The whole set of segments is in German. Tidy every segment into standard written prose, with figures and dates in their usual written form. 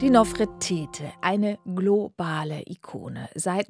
Die Nofretete, eine globale Ikone. Seit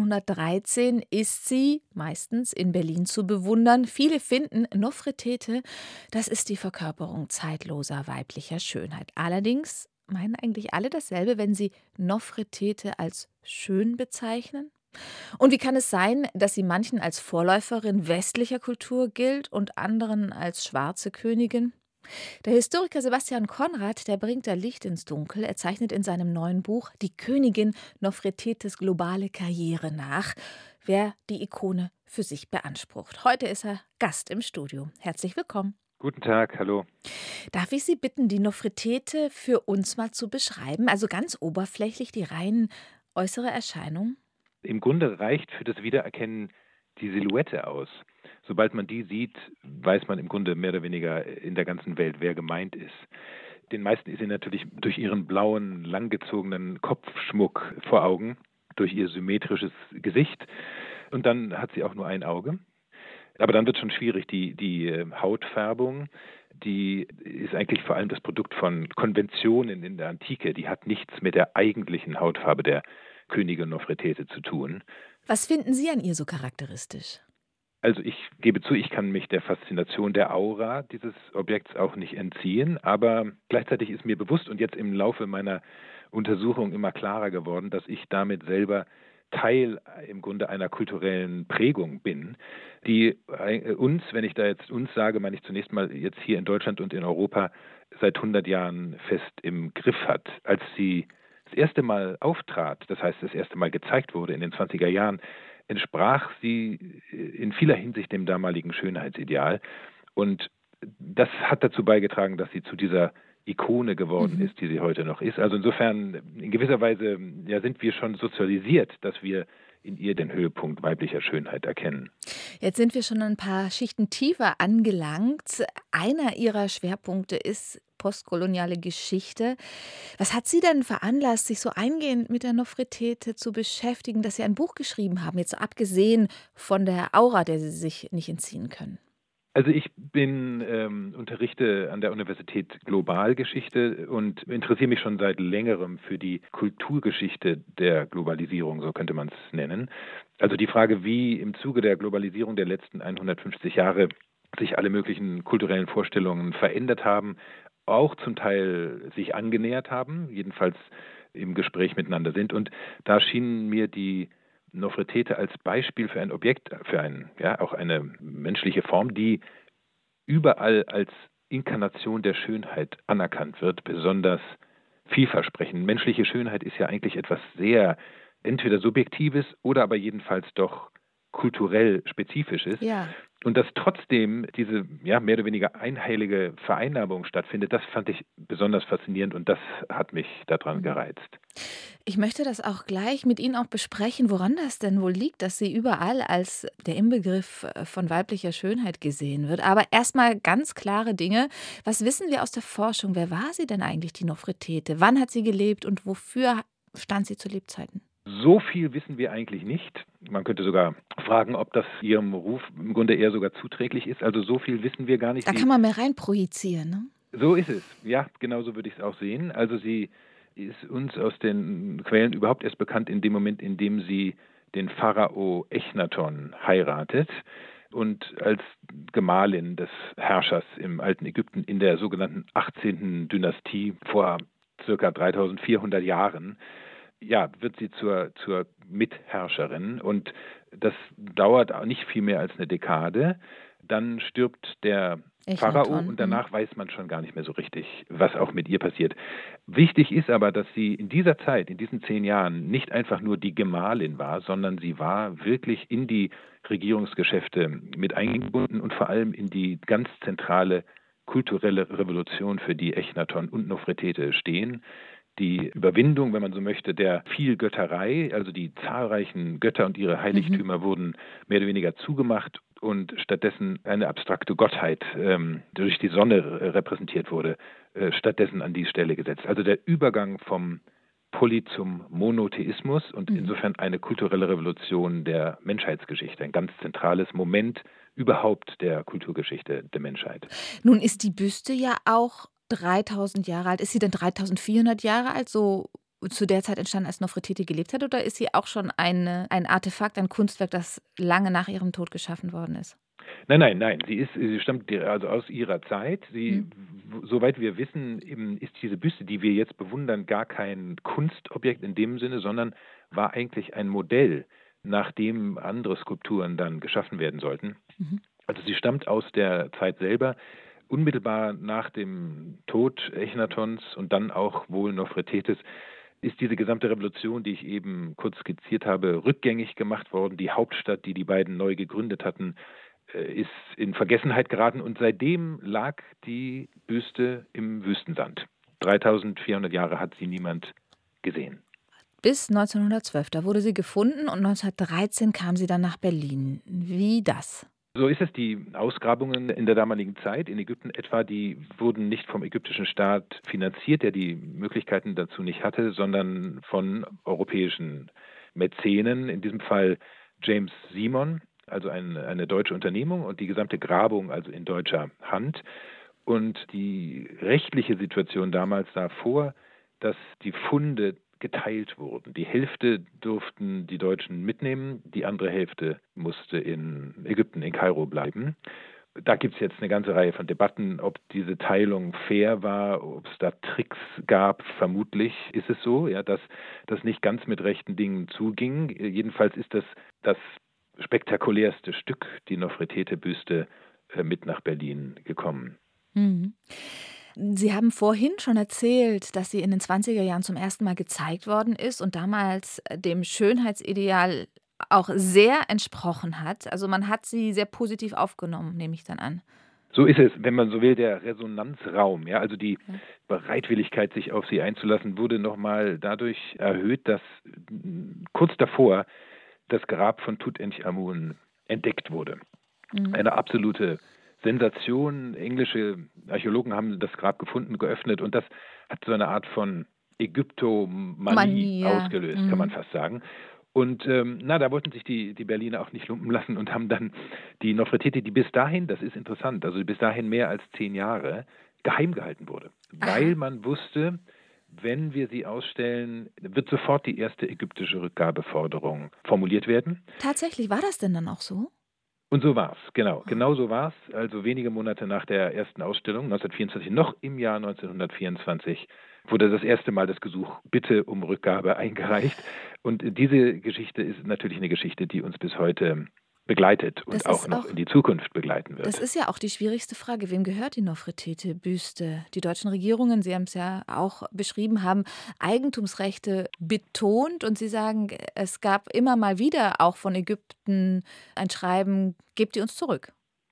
1913 ist sie meistens in Berlin zu bewundern. Viele finden, Nofretete, das ist die Verkörperung zeitloser weiblicher Schönheit. Allerdings meinen eigentlich alle dasselbe, wenn sie Nofretete als schön bezeichnen? Und wie kann es sein, dass sie manchen als Vorläuferin westlicher Kultur gilt und anderen als schwarze Königin? Der Historiker Sebastian Konrad, der bringt da Licht ins Dunkel. Er zeichnet in seinem neuen Buch Die Königin Nofretetes globale Karriere nach, wer die Ikone für sich beansprucht. Heute ist er Gast im Studio. Herzlich willkommen. Guten Tag, hallo. Darf ich Sie bitten, die Nofretete für uns mal zu beschreiben? Also ganz oberflächlich die rein äußere Erscheinung? Im Grunde reicht für das Wiedererkennen die Silhouette aus. Sobald man die sieht, weiß man im Grunde mehr oder weniger in der ganzen Welt, wer gemeint ist. Den meisten ist sie natürlich durch ihren blauen, langgezogenen Kopfschmuck vor Augen, durch ihr symmetrisches Gesicht. Und dann hat sie auch nur ein Auge. Aber dann wird schon schwierig. Die Hautfärbung, die ist eigentlich vor allem das Produkt von Konventionen in der Antike. Die hat nichts mit der eigentlichen Hautfarbe der Königin Nofretete zu tun. Was finden Sie an ihr so charakteristisch? Also ich gebe zu, ich kann mich der Faszination der Aura dieses Objekts auch nicht entziehen, aber gleichzeitig ist mir bewusst und jetzt im Laufe meiner Untersuchung immer klarer geworden, dass ich damit selber Teil im Grunde einer kulturellen Prägung bin, die uns, wenn ich da jetzt uns sage, meine ich zunächst mal jetzt hier in Deutschland und in Europa seit 100 Jahren fest im Griff hat. Als sie das erste Mal auftrat, das heißt das erste Mal gezeigt wurde in den 20er Jahren, entsprach sie in vieler Hinsicht dem damaligen Schönheitsideal. Und das hat dazu beigetragen, dass sie zu dieser Ikone geworden ist, die sie heute noch ist. Also insofern, in gewisser Weise ja, sind wir schon sozialisiert, dass wir in ihr den Höhepunkt weiblicher Schönheit erkennen. Jetzt sind wir schon ein paar Schichten tiefer angelangt. Einer Ihrer Schwerpunkte ist postkoloniale Geschichte. Was hat Sie denn veranlasst, sich so eingehend mit der Nofretete zu beschäftigen, dass Sie ein Buch geschrieben haben, jetzt abgesehen von der Aura, der Sie sich nicht entziehen können? Also ich unterrichte an der Universität Globalgeschichte und interessiere mich schon seit längerem für die Kulturgeschichte der Globalisierung, so könnte man es nennen. Also die Frage, wie im Zuge der Globalisierung der letzten 150 Jahre sich alle möglichen kulturellen Vorstellungen verändert haben, auch zum Teil sich angenähert haben, jedenfalls im Gespräch miteinander sind. Und da schienen mir die Nofretete als Beispiel für ein Objekt, auch eine menschliche Form, die überall als Inkarnation der Schönheit anerkannt wird, besonders vielversprechend. Menschliche Schönheit ist ja eigentlich etwas sehr entweder Subjektives oder aber jedenfalls doch kulturell Spezifisches. Ja. Und dass trotzdem diese mehr oder weniger einheilige Vereinnahmung stattfindet, das fand ich besonders faszinierend und das hat mich daran gereizt. Ich möchte das auch gleich mit Ihnen auch besprechen, woran das denn wohl liegt, dass sie überall als der Inbegriff von weiblicher Schönheit gesehen wird. Aber erstmal ganz klare Dinge. Was wissen wir aus der Forschung? Wer war sie denn eigentlich, die Nofretete? Wann hat sie gelebt und wofür stand sie zu Lebzeiten? So viel wissen wir eigentlich nicht. Man könnte sogar fragen, ob das ihrem Ruf im Grunde eher sogar zuträglich ist. Also so viel wissen wir gar nicht. Da kann man mehr rein projizieren, ne? So ist es. Ja, genauso würde ich es auch sehen. Also sie ist uns aus den Quellen überhaupt erst bekannt in dem Moment, in dem sie den Pharao Echnaton heiratet und als Gemahlin des Herrschers im alten Ägypten in der sogenannten 18. Dynastie vor circa 3400 Jahren, ja, wird sie zur Mitherrscherin und das dauert auch nicht viel mehr als eine Dekade. Dann stirbt der Pharao Echnaton. und danach weiß man schon gar nicht mehr so richtig, was auch mit ihr passiert. Wichtig ist aber, dass sie in dieser Zeit, in diesen 10 Jahren, nicht einfach nur die Gemahlin war, sondern sie war wirklich in die Regierungsgeschäfte mit eingebunden und vor allem in die ganz zentrale kulturelle Revolution, für die Echnaton und Nofretete stehen. Die Überwindung, wenn man so möchte, der Vielgötterei, also die zahlreichen Götter und ihre Heiligtümer wurden mehr oder weniger zugemacht und stattdessen eine abstrakte Gottheit, die durch die Sonne repräsentiert wurde, stattdessen an die Stelle gesetzt. Also der Übergang vom Poly zum Monotheismus und insofern eine kulturelle Revolution der Menschheitsgeschichte, ein ganz zentrales Moment überhaupt der Kulturgeschichte der Menschheit. Nun ist die Büste ja auch 3000 Jahre alt. Ist sie denn 3400 Jahre alt, so zu der Zeit entstanden, als Nofretete gelebt hat? Oder ist sie auch schon ein Artefakt, ein Kunstwerk, das lange nach ihrem Tod geschaffen worden ist? Nein, nein, nein. Sie stammt also aus ihrer Zeit. Mhm. Soweit wir wissen, eben ist diese Büste, die wir jetzt bewundern, gar kein Kunstobjekt in dem Sinne, sondern war eigentlich ein Modell, nach dem andere Skulpturen dann geschaffen werden sollten. Mhm. Also sie stammt aus der Zeit selber, unmittelbar nach dem Tod Echnatons und dann auch wohl Nofretetes ist diese gesamte Revolution, die ich eben kurz skizziert habe, rückgängig gemacht worden. Die Hauptstadt, die die beiden neu gegründet hatten, ist in Vergessenheit geraten und seitdem lag die Büste im Wüstensand. 3400 Jahre hat sie niemand gesehen. Bis 1912, da wurde sie gefunden und 1913 kam sie dann nach Berlin. Wie das? So ist es. Die Ausgrabungen in der damaligen Zeit in Ägypten etwa, die wurden nicht vom ägyptischen Staat finanziert, der die Möglichkeiten dazu nicht hatte, sondern von europäischen Mäzenen, in diesem Fall James Simon, also eine deutsche Unternehmung und die gesamte Grabung also in deutscher Hand. Und die rechtliche Situation damals sah vor, dass die Funde geteilt wurden. Die Hälfte durften die Deutschen mitnehmen, die andere Hälfte musste in Ägypten, in Kairo bleiben. Da gibt es jetzt eine ganze Reihe von Debatten, ob diese Teilung fair war, ob es da Tricks gab. Vermutlich ist es so, ja, dass das nicht ganz mit rechten Dingen zuging. Jedenfalls ist das spektakulärste Stück, die Nofretete-Büste, mit nach Berlin gekommen. Mhm. Sie haben vorhin schon erzählt, dass sie in den 20er Jahren zum ersten Mal gezeigt worden ist und damals dem Schönheitsideal auch sehr entsprochen hat. Also man hat sie sehr positiv aufgenommen, nehme ich dann an. So ist es, wenn man so will, der Resonanzraum, ja, also die Ja. Bereitwilligkeit, sich auf sie einzulassen, wurde nochmal dadurch erhöht, dass kurz davor das Grab von Tutanchamun entdeckt wurde. Mhm. Eine absolute Sensation. Englische Archäologen haben das Grab gefunden, geöffnet und das hat so eine Art von Ägyptomanie Manie, ja. ausgelöst, kann man Mhm. fast sagen. Und da wollten sich die Berliner auch nicht lumpen lassen und haben dann die Nofretete, die bis dahin, das ist interessant, also bis dahin mehr als 10 Jahre, geheim gehalten wurde. Aha. Weil man wusste, wenn wir sie ausstellen, wird sofort die erste ägyptische Rückgabeforderung formuliert werden. Tatsächlich, war das denn dann auch so? Und so war's, genau. Ah. Genau so war's. Also wenige Monate nach der ersten Ausstellung, 1924, noch im Jahr 1924, wurde das erste Mal das Gesuch Bitte um Rückgabe eingereicht. Und diese Geschichte ist natürlich eine Geschichte, die uns bis heute begleitet Das und auch ist noch auch in die Zukunft begleiten Das wird. ist ja auch die schwierigste Frage. Wem gehört die Nofretete-Büste? Die deutschen Regierungen, Sie haben es ja auch beschrieben, haben Eigentumsrechte betont und Sie sagen, es gab immer mal wieder auch von Ägypten ein Schreiben, gebt die uns zurück.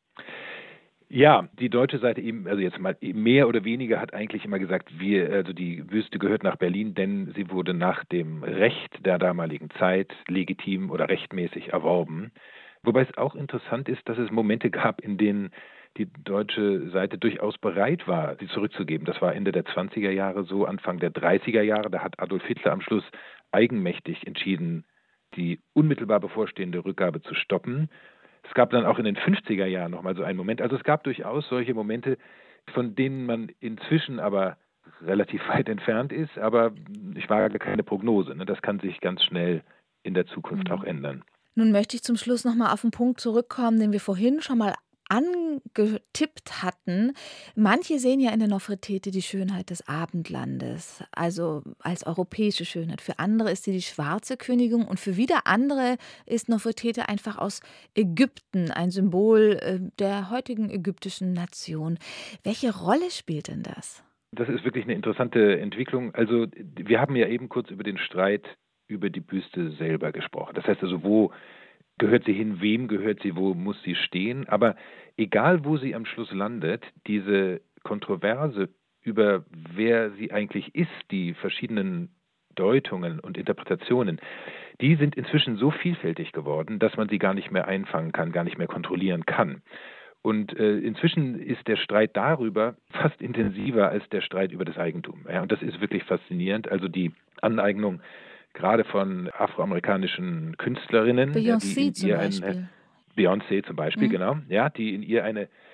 Ja, die deutsche Seite eben, also jetzt mal mehr oder weniger hat eigentlich immer gesagt, also die Büste gehört nach Berlin, denn sie wurde nach dem Recht der damaligen Zeit legitim oder rechtmäßig erworben. Wobei es auch interessant ist, dass es Momente gab, in denen die deutsche Seite durchaus bereit war, sie zurückzugeben. Das war Ende der 20er Jahre so, Anfang der 30er Jahre. Da hat Adolf Hitler am Schluss eigenmächtig entschieden, die unmittelbar bevorstehende Rückgabe zu stoppen. Es gab dann auch in den 50er Jahren nochmal so einen Moment. Also es gab durchaus solche Momente, von denen man inzwischen aber relativ weit entfernt ist. Aber ich wage keine Prognose. Ne? Das kann sich ganz schnell in der Zukunft auch Mhm. ändern. Nun möchte ich zum Schluss noch mal auf 'n Punkt zurückkommen, den wir vorhin schon mal angetippt hatten. Manche sehen ja in der Nofretete die Schönheit des Abendlandes, also als europäische Schönheit. Für andere ist sie die schwarze Königin und für wieder andere ist Nofretete einfach aus Ägypten ein Symbol, der heutigen ägyptischen Nation. Welche Rolle spielt denn das? Das ist wirklich eine interessante Entwicklung. Also wir haben ja eben kurz über den Streit über die Büste selber gesprochen. Das heißt also, wo gehört sie hin, wem gehört sie, wo muss sie stehen? Aber egal, wo sie am Schluss landet, diese Kontroverse über wer sie eigentlich ist, die verschiedenen Deutungen und Interpretationen, die sind inzwischen so vielfältig geworden, dass man sie gar nicht mehr einfangen kann, gar nicht mehr kontrollieren kann. Und inzwischen ist der Streit darüber fast intensiver als der Streit über das Eigentum. Ja, und das ist wirklich faszinierend. Also die Aneignung gerade von afroamerikanischen Künstlerinnen, ja, die Beyoncé in zum ihr Beispiel. Beyoncé zum Beispiel, Mhm. genau, ja, die in ihr eine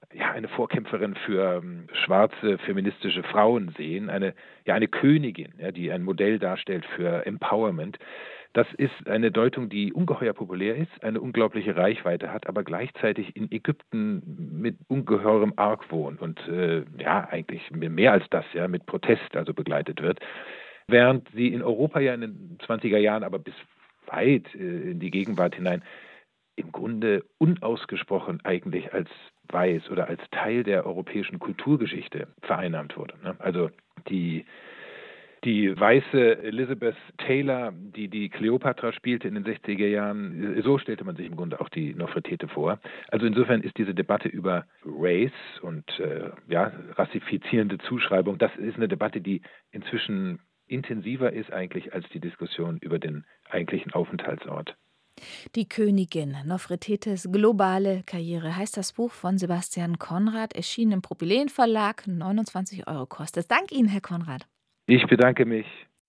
eine Vorkämpferin für schwarze feministische Frauen sehen, eine Königin, ja, die ein Modell darstellt für Empowerment. Das ist eine Deutung, die ungeheuer populär ist, eine unglaubliche Reichweite hat, aber gleichzeitig in Ägypten mit ungeheurem Argwohn und eigentlich mehr als das, ja, mit Protest also begleitet wird. Während sie in Europa ja in den 20er Jahren, aber bis weit in die Gegenwart hinein, im Grunde unausgesprochen eigentlich als weiß oder als Teil der europäischen Kulturgeschichte vereinnahmt wurde. Ne? Also die weiße Elizabeth Taylor, die Kleopatra spielte in den 60er Jahren, so stellte man sich im Grunde auch die Nofretete vor. Also insofern ist diese Debatte über Race und rassifizierende Zuschreibung, das ist eine Debatte, die inzwischen intensiver ist eigentlich als die Diskussion über den eigentlichen Aufenthaltsort. Die Königin, Nofretetes globale Karriere, heißt das Buch von Sebastian Konrad, erschienen im Propyläen Verlag, 29 € kostet es. Danke Ihnen, Herr Konrad. Ich bedanke mich.